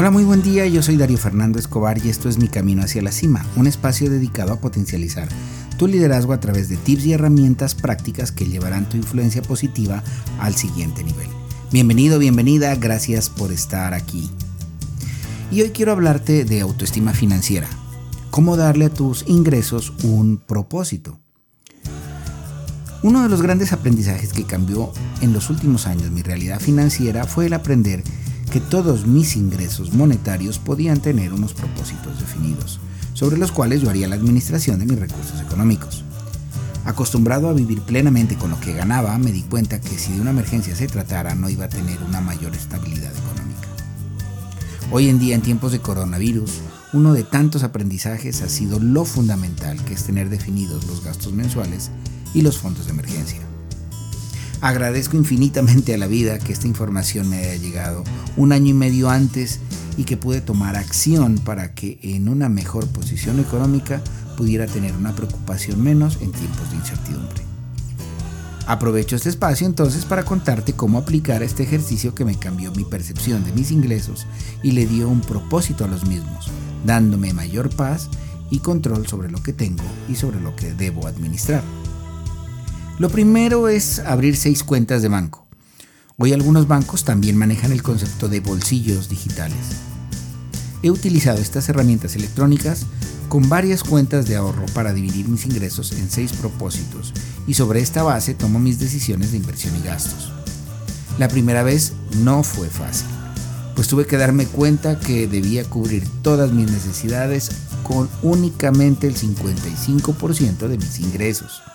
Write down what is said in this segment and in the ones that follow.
Hola, muy buen día, yo soy Darío Fernando Escobar y esto es Mi Camino hacia la Cima, un espacio dedicado a potencializar tu liderazgo a través de tips y herramientas prácticas que llevarán tu influencia positiva al siguiente nivel. Bienvenido, bienvenida, gracias por estar aquí. Y hoy quiero hablarte de autoestima financiera, cómo darle a tus ingresos un propósito. Uno de los grandes aprendizajes que cambió en los últimos años mi realidad financiera fue el aprender que todos mis ingresos monetarios podían tener unos propósitos definidos, sobre los cuales yo haría la administración de mis recursos económicos. Acostumbrado a vivir plenamente con lo que ganaba, me di cuenta que si de una emergencia se tratara, no iba a tener una mayor estabilidad económica. Hoy en día, en tiempos de coronavirus, uno de tantos aprendizajes ha sido lo fundamental que es tener definidos los gastos mensuales y los fondos de emergencia. Agradezco infinitamente a la vida que esta información me haya llegado un año y medio antes y que pude tomar acción para que en una mejor posición económica pudiera tener una preocupación menos en tiempos de incertidumbre. Aprovecho este espacio entonces para contarte cómo aplicar este ejercicio que me cambió mi percepción de mis ingresos y le dio un propósito a los mismos, dándome mayor paz y control sobre lo que tengo y sobre lo que debo administrar. Lo primero es abrir 6 cuentas de banco. Hoy algunos bancos también manejan el concepto de bolsillos digitales. He utilizado estas herramientas electrónicas con varias cuentas de ahorro para dividir mis ingresos en 6 propósitos y sobre esta base tomo mis decisiones de inversión y gastos. La primera vez no fue fácil, pues tuve que darme cuenta que debía cubrir todas mis necesidades con únicamente el 55% de mis ingresos.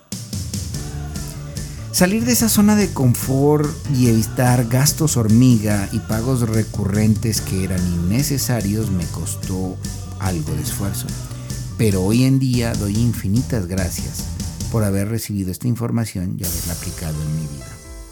Salir de esa zona de confort y evitar gastos hormiga y pagos recurrentes que eran innecesarios me costó algo de esfuerzo, pero hoy en día doy infinitas gracias por haber recibido esta información y haberla aplicado en mi vida.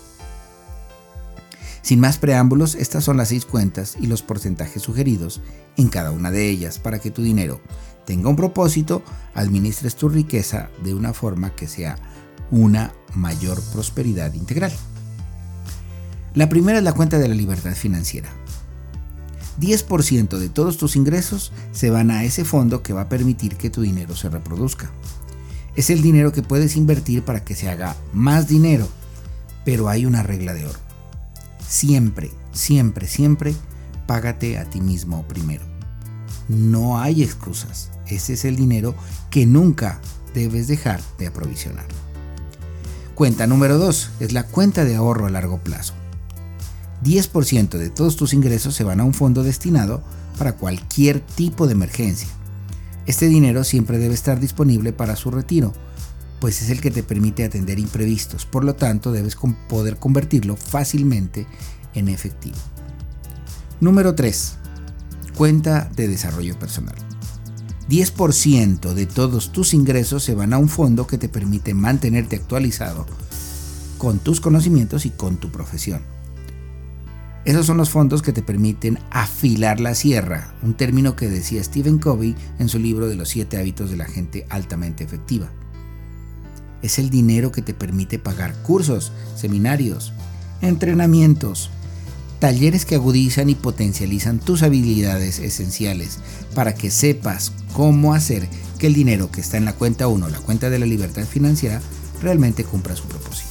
Sin más preámbulos, estas son las 6 cuentas y los porcentajes sugeridos en cada una de ellas para que tu dinero tenga un propósito, administres tu riqueza de una forma que sea una mayor prosperidad integral. La primera es la cuenta de la libertad financiera. 10% de todos tus ingresos se van a ese fondo que va a permitir que tu dinero se reproduzca. Es el dinero que puedes invertir para que se haga más dinero, pero hay una regla de oro. Siempre, siempre, siempre págate a ti mismo primero. No hay excusas. Ese es el dinero que nunca debes dejar de aprovisionar. Cuenta número 2 es la cuenta de ahorro a largo plazo. 10% de todos tus ingresos se van a un fondo destinado para cualquier tipo de emergencia. Este dinero siempre debe estar disponible para su retiro, pues es el que te permite atender imprevistos, por lo tanto debes poder convertirlo fácilmente en efectivo. Número 3. Cuenta de desarrollo personal. 10% de todos tus ingresos se van a un fondo que te permite mantenerte actualizado con tus conocimientos y con tu profesión. Esos son los fondos que te permiten afilar la sierra, un término que decía Stephen Covey en su libro de los 7 hábitos de la gente altamente efectiva. Es el dinero que te permite pagar cursos, seminarios, entrenamientos, talleres que agudizan y potencializan tus habilidades esenciales para que sepas cómo hacer que el dinero que está en la cuenta 1, la cuenta de la libertad financiera, realmente cumpla su propósito.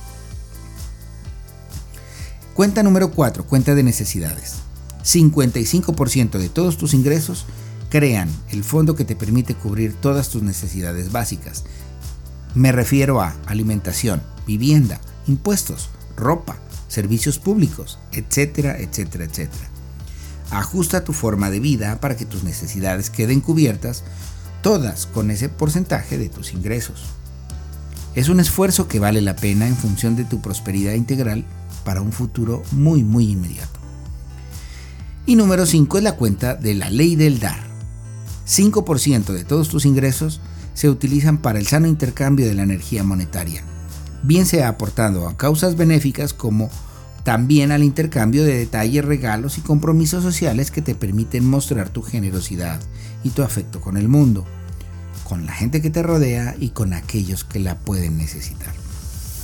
Cuenta número 4, cuenta de necesidades. 55% de todos tus ingresos crean el fondo que te permite cubrir todas tus necesidades básicas. Me refiero a alimentación, vivienda, impuestos, ropa, servicios públicos, etcétera, etcétera, etcétera. Ajusta tu forma de vida para que tus necesidades queden cubiertas, todas con ese porcentaje de tus ingresos. Es un esfuerzo que vale la pena en función de tu prosperidad integral para un futuro muy, muy inmediato. Y número 5 es la cuenta de la ley del dar. 5% de todos tus ingresos se utilizan para el sano intercambio de la energía monetaria, bien sea aportando a causas benéficas como también al intercambio de detalles, regalos y compromisos sociales que te permiten mostrar tu generosidad y tu afecto con el mundo, con la gente que te rodea y con aquellos que la pueden necesitar.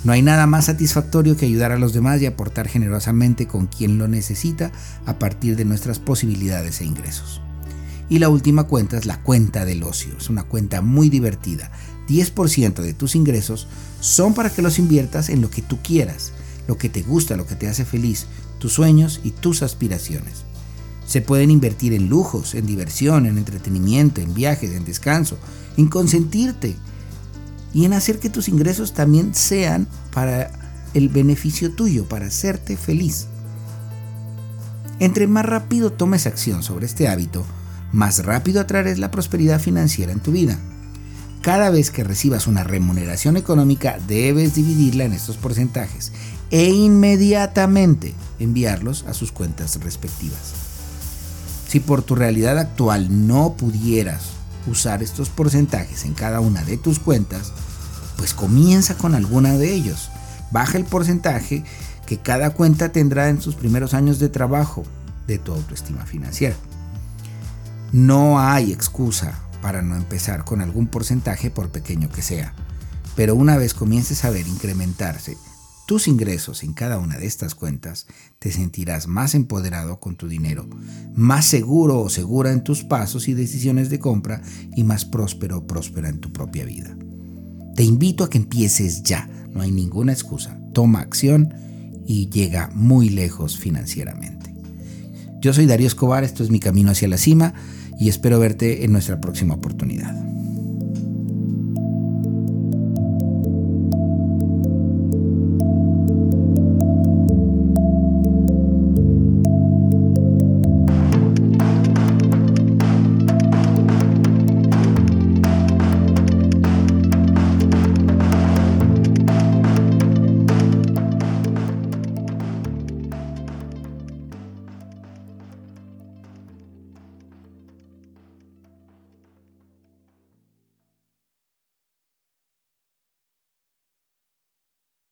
No hay nada más satisfactorio que ayudar a los demás y aportar generosamente con quien lo necesita a partir de nuestras posibilidades e ingresos. Y la última cuenta es la cuenta del ocio. Es una cuenta muy divertida. 10% de tus ingresos son para que los inviertas en lo que tú quieras, lo que te gusta, lo que te hace feliz, tus sueños y tus aspiraciones. Se pueden invertir en lujos, en diversión, en entretenimiento, en viajes, en descanso, en consentirte y en hacer que tus ingresos también sean para el beneficio tuyo, para hacerte feliz. Entre más rápido tomes acción sobre este hábito, más rápido atraerás la prosperidad financiera en tu vida. Cada vez que recibas una remuneración económica, debes dividirla en estos porcentajes e inmediatamente enviarlos a sus cuentas respectivas. Si por tu realidad actual no pudieras usar estos porcentajes en cada una de tus cuentas, pues comienza con alguna de ellos. Baja el porcentaje que cada cuenta tendrá en sus primeros años de trabajo de tu autoestima financiera. No hay excusa para no empezar con algún porcentaje, por pequeño que sea, pero una vez comiences a ver incrementarse tus ingresos en cada una de estas cuentas, te sentirás más empoderado con tu dinero, más seguro o segura en tus pasos y decisiones de compra y más próspero o próspera en tu propia vida. Te invito a que empieces ya, no hay ninguna excusa, toma acción y llega muy lejos financieramente. Yo soy Darío Escobar, esto es Mi Camino hacia la Cima y espero verte en nuestra próxima oportunidad.